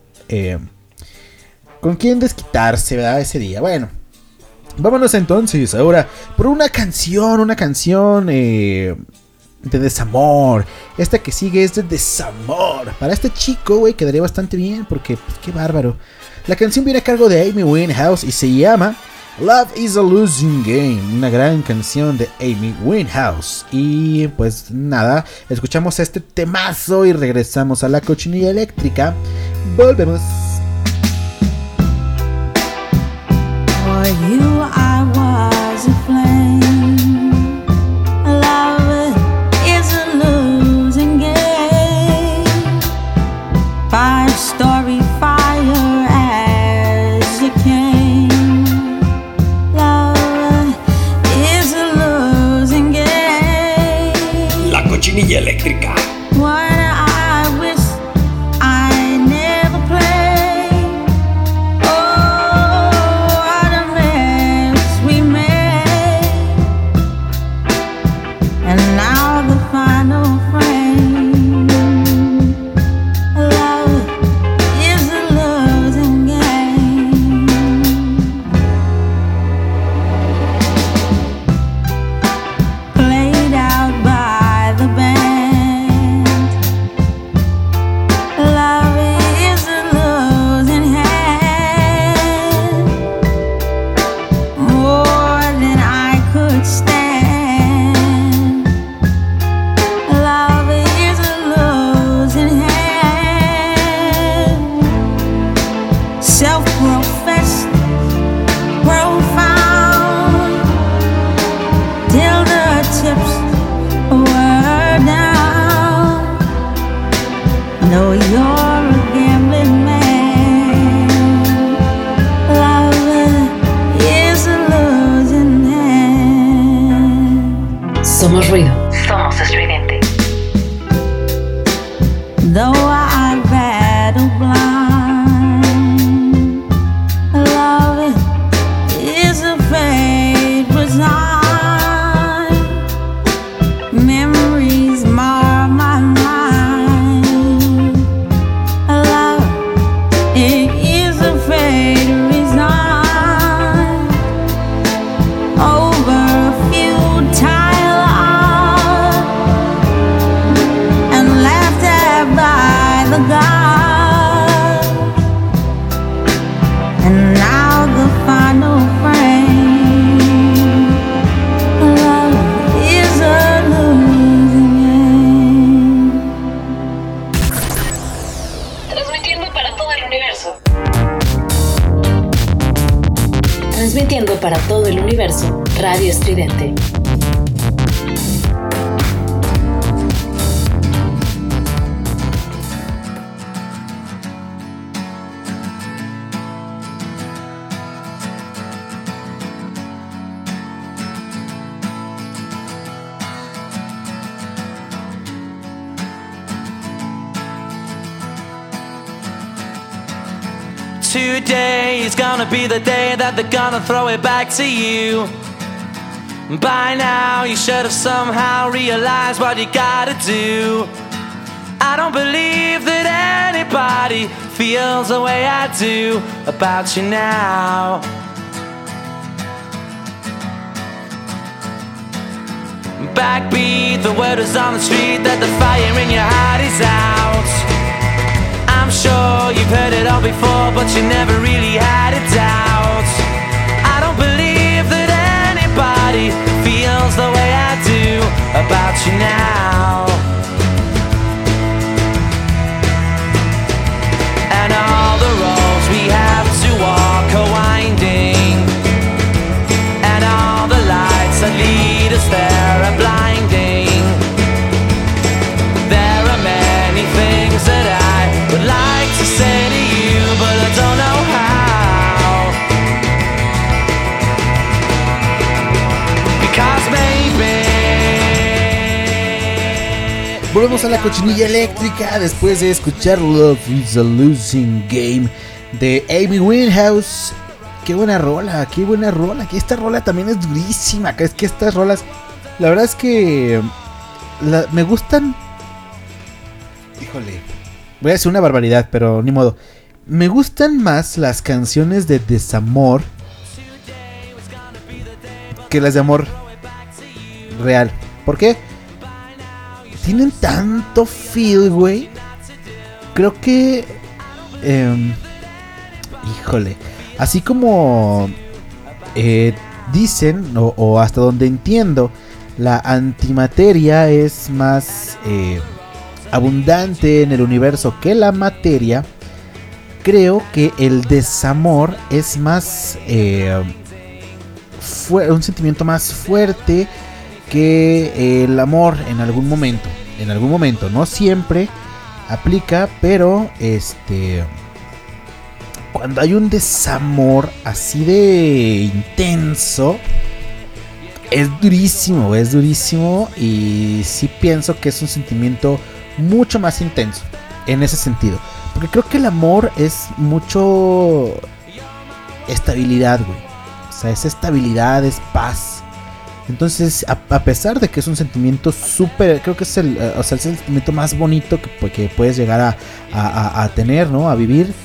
desquitarse, ¿verdad? Ese día. Bueno, vámonos entonces ahora por una canción de desamor. Esta que sigue es de desamor. Para este chico, güey, quedaría bastante bien porque, pues, qué bárbaro. La canción viene a cargo de Amy Winehouse y se llama Love is a Losing Game. Una gran canción de Amy Winehouse. Y pues nada, escuchamos este temazo y regresamos a la cochinilla eléctrica. Volvemos. For you I was a flame. Love is a losing game. 5-story fire as you came. Love is a losing game. La cochinilla eléctrica. What I wish I never played. Oh, what a mess we made. And now the final frame. Love is a losing game. Played out by the band. Love is a losing hand. More than I could stand. Love is a losing hand. Self-professed, profound, till the chips were down. No, you're a gambling man. Love is a losing hand. Somos ruido. Somos estridente. Though I battle blind, love is a fate resigned. Memories mar my mind. Love, it is a fate resigned. Over a futile art and laughed at by the gods. And now the final frame. Love is a losing game. Transmitiendo para todo el universo. Transmitiendo para todo el universo, Radio Estridente. Today is gonna be the day that they're gonna throw it back to you. By now you should have somehow realized what you gotta do. I don't believe that anybody feels the way I do about you now. Backbeat, the word is on the street that the fire in your heart is out. I'm sure you've heard it all before, but you never really had a doubt. I don't believe that anybody feels the way I do about you now. And all the roads we have to walk are winding, and all the lights that lead us there are blinding. Volvemos a la cochinilla eléctrica después de escuchar Love is a Losing Game de Amy Winehouse. Qué buena rola, qué buena rola. Que esta rola también es durísima. Es que estas rolas, la verdad es que me gustan. Híjole, voy a decir una barbaridad, pero ni modo. Me gustan más las canciones de desamor que las de amor real. ¿Por qué? Tienen tanto feel, güey. Creo que híjole, así como dicen, o hasta donde entiendo, la antimateria es más abundante en el universo que la materia. Creo que el desamor es más un sentimiento más fuerte que el amor en algún momento. En algún momento, no siempre aplica, pero cuando hay un desamor así de intenso, es durísimo y sí pienso que es un sentimiento mucho más intenso en ese sentido. Porque creo que el amor es mucho estabilidad, güey. O sea, es estabilidad, es paz. Entonces, a pesar de que es un sentimiento súper, creo que es el sentimiento más bonito que puedes llegar a tener, ¿no? A vivir.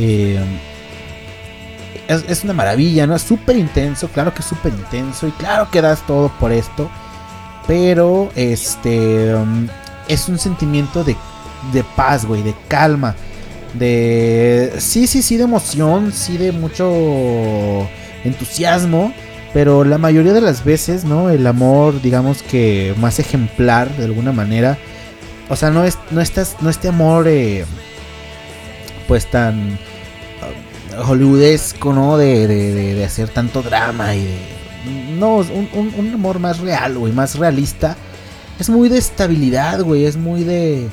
Es una maravilla, ¿no? Es súper intenso, claro que es súper intenso y claro que das todo por esto. Pero es un sentimiento de paz, güey, de calma, de sí, de emoción, sí, de mucho entusiasmo. Pero la mayoría de las veces, ¿no? El amor, digamos que más ejemplar de alguna manera. O sea, no este amor pues tan hollywoodesco, ¿no? De hacer tanto drama y no, un amor más real, güey, más realista. Es muy de estabilidad, güey, es muy de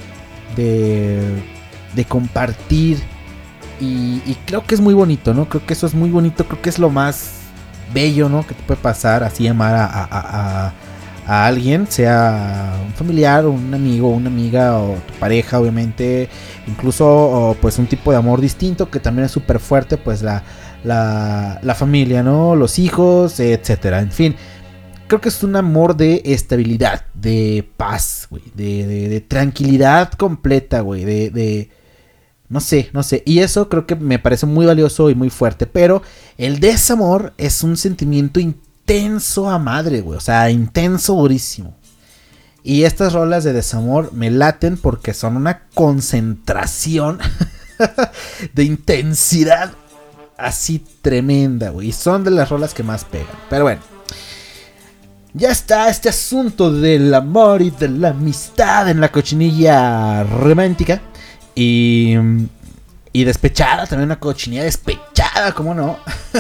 compartir. Y creo que es muy bonito, ¿no? Creo que eso es muy bonito, creo que es lo más bello, ¿no? Que te puede pasar, así amar a alguien, sea un familiar, un amigo, una amiga o tu pareja, obviamente, incluso pues un tipo de amor distinto que también es súper fuerte, pues la familia, ¿no? Los hijos, etcétera. En fin, creo que es un amor de estabilidad, de paz, güey, de tranquilidad completa, güey, no sé, y eso creo que me parece muy valioso y muy fuerte, pero el desamor es un sentimiento intenso a madre, güey, o sea, intenso, durísimo. Y estas rolas de desamor me laten porque son una concentración de intensidad así tremenda, güey, y son de las rolas que más pegan, pero bueno. Ya está este asunto del amor y de la amistad en la cochinilla romántica. Y despechada, también una cochinilla despechada, ¿cómo no?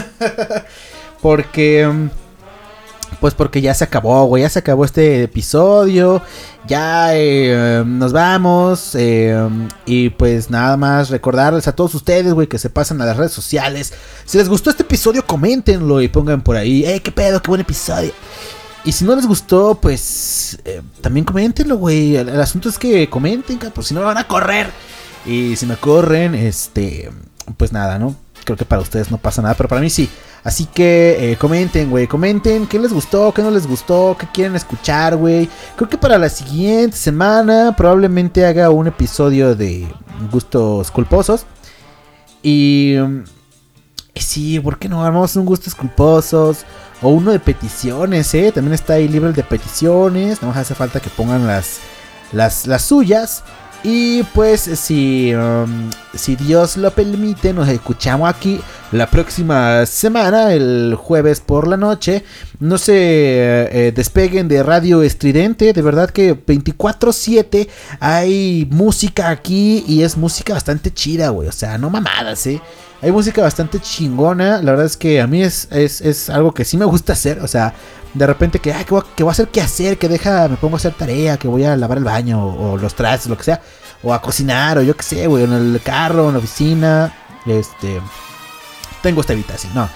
Porque ya se acabó, güey, ya se acabó este episodio. Ya nos vamos. Y pues nada más recordarles a todos ustedes, güey, que se pasen a las redes sociales. Si les gustó este episodio, coméntenlo y pongan por ahí, qué pedo, qué buen episodio. Y si no les gustó, pues también coméntenlo, güey. El asunto es que comenten, por si no me van a correr. Y si me corren, pues nada, ¿no? Creo que para ustedes no pasa nada, pero para mí sí. Así que comenten, güey, comenten qué les gustó, qué no les gustó, qué quieren escuchar, güey. Creo que para la siguiente semana probablemente haga un episodio de gustos culposos. Y sí, ¿por qué no? Armamos un gustos culposos. O uno de peticiones, también está ahí libre de peticiones. Nada más hace falta que pongan las suyas. Y pues si Dios lo permite, nos escuchamos aquí la próxima semana, el jueves por la noche. No se despeguen de Radio Estridente. De verdad que 24/7 hay música aquí. Y es música bastante chida, güey. O sea, no mamadas, Hay música bastante chingona. La verdad es que a mí es algo que sí me gusta hacer. O sea, de repente que voy a hacer qué hacer, me pongo a hacer tarea, que voy a lavar el baño o los trastes, lo que sea, o a cocinar, o yo qué sé, güey, en el carro, en la oficina, tengo esta habitación, no,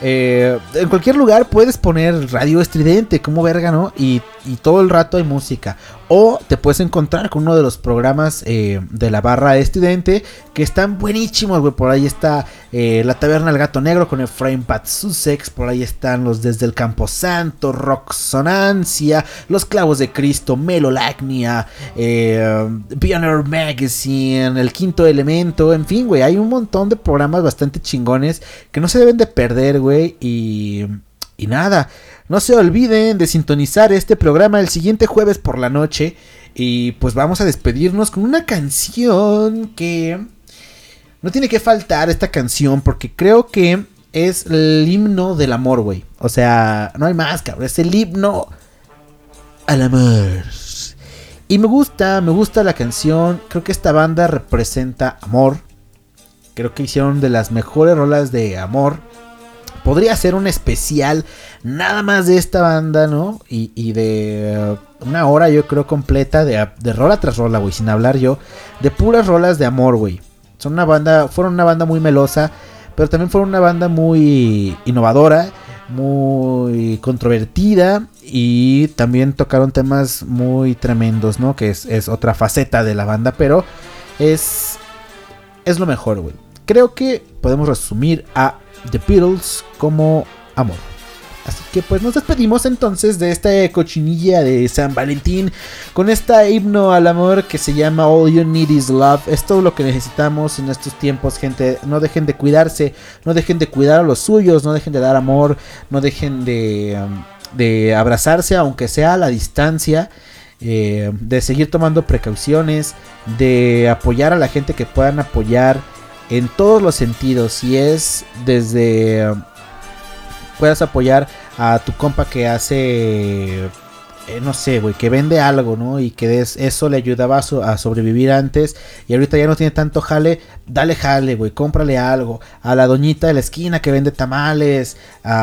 En cualquier lugar puedes poner Radio Estridente, como verga, ¿no? Y todo el rato hay música. O te puedes encontrar con uno de los programas de la barra Estridente que están buenísimos, güey. Por ahí está La Taberna del Gato Negro con Efraín Pat Sussex. Por ahí están los Desde el Camposanto, Roxonancia, Los Clavos de Cristo, Melolacnia, Pioneer Magazine, El Quinto Elemento. En fin, güey, hay un montón de programas bastante chingones que no se deben de perder, güey. Y nada, no se olviden de sintonizar este programa el siguiente jueves por la noche. Y pues vamos a despedirnos con una canción que no tiene que faltar, esta canción, porque creo que es el himno del amor, güey. O sea, no hay más, cabrón, es el himno al amor. Y me gusta la canción. Creo que esta banda representa amor. Creo que hicieron de las mejores rolas de amor. Podría ser un especial nada más de esta banda, ¿no? Y de una hora, yo creo, completa de rola tras rola, güey. Sin hablar yo de puras rolas de amor, güey. Fueron una banda muy melosa, pero también fueron una banda muy innovadora, muy controvertida. Y también tocaron temas muy tremendos, ¿no? Que es otra faceta de la banda, pero es lo mejor, güey. Creo que podemos resumir a The Beatles como amor. Así que pues nos despedimos entonces de esta cochinilla de San Valentín con esta himno al amor que se llama All You Need Is Love. Es todo lo que necesitamos en estos tiempos, gente. No dejen de cuidarse, no dejen de cuidar a los suyos, no dejen de dar amor, no dejen de abrazarse aunque sea a la distancia. De seguir tomando precauciones, de apoyar a la gente que puedan apoyar en todos los sentidos. Si es desde puedas apoyar a tu compa que hace no sé, güey, que vende algo, ¿no? Y que eso le ayudaba a sobrevivir antes y ahorita ya no tiene tanto jale. Dale jale, güey, cómprale algo. A la doñita de la esquina que vende tamales,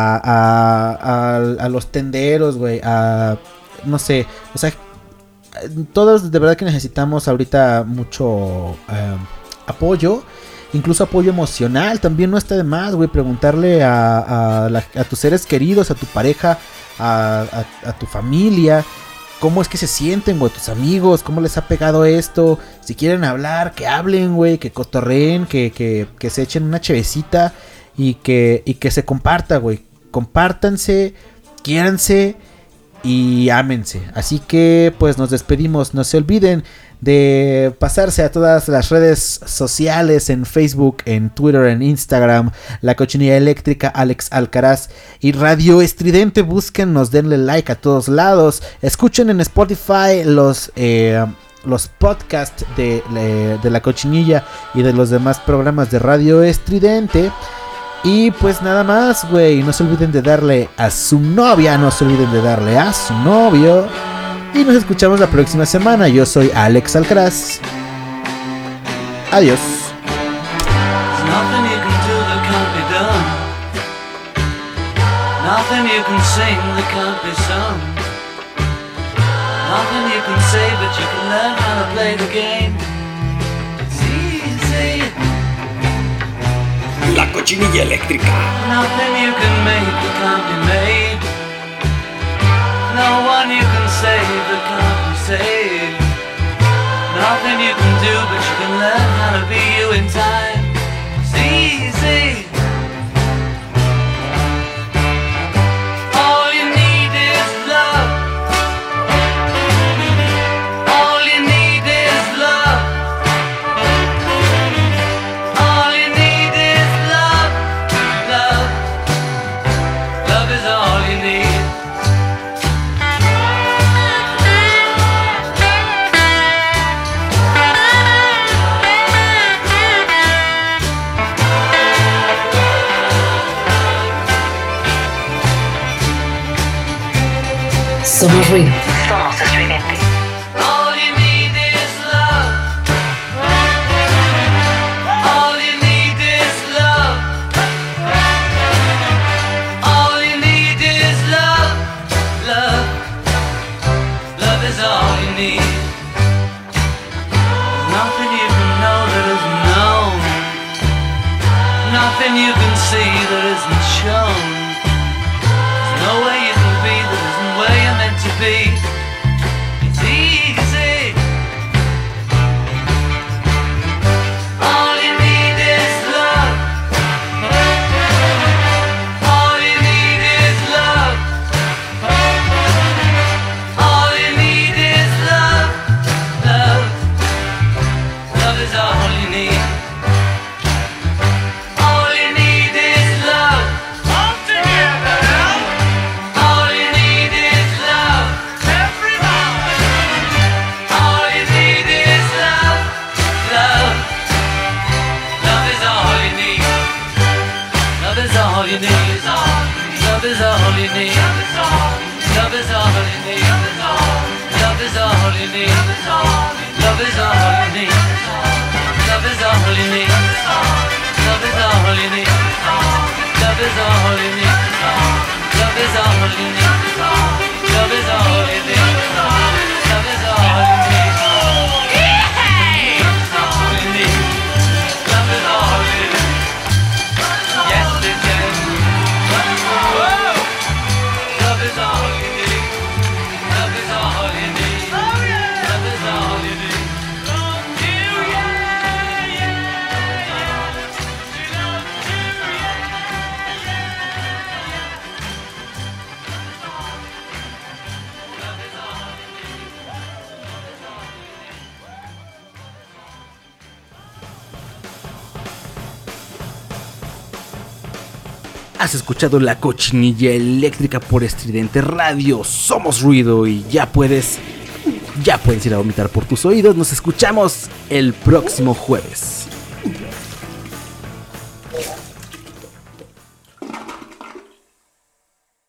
a los tenderos, güey, no sé, o sea, todos de verdad que necesitamos ahorita mucho apoyo, incluso apoyo emocional. También no está de más, güey, preguntarle a tus seres queridos, a tu pareja, a tu familia, cómo es que se sienten, güey, tus amigos, cómo les ha pegado esto. Si quieren hablar, que hablen, güey, que cotorreen, que se echen una chevecita y que se comparta, güey. Compártanse, quiéranse y ámense. Así que pues nos despedimos. No se olviden de pasarse a todas las redes sociales, en Facebook, en Twitter, en Instagram, La Cochinilla Eléctrica, Alex Alcaraz y Radio Estridente. Búsquennos, denle like a todos lados. Escuchen en Spotify los podcasts de La Cochinilla y de los demás programas de Radio Estridente. Y pues nada más, güey, no se olviden de darle a su novia, no se olviden de darle a su novio. Y nos escuchamos la próxima semana. Yo soy Alex Alcaraz. Adiós. Nothing you can do that can't be done. Nothing you can sing that can't be sung. Nothing you can say, but you can learn how to play the game. It's easy. La Cochinilla Eléctrica. Nothing you can make that can't be made. No one you can save that can't be saved. Nothing you can do, but you can learn how to be you in time. It's easy. All you need is love. All you need is love. All you need is love. Love. Love is all you need. Somos ruido. Somos estridente. All you need is love. All you need is love. All you need is love. Love. Love is all you need. Nothing you can know that isn't known. Nothing you can see that isn't shown. is all you need. Love is all you need. Love is all you need. Love is all you need. Love is all you need. Love is all you need. Love is all you need. Love is all you need. Love is all you need. Love is all you need. Has escuchado La Cochinilla Eléctrica por Estridente Radio. Somos ruido y ya puedes ir a vomitar por tus oídos. Nos escuchamos el próximo jueves.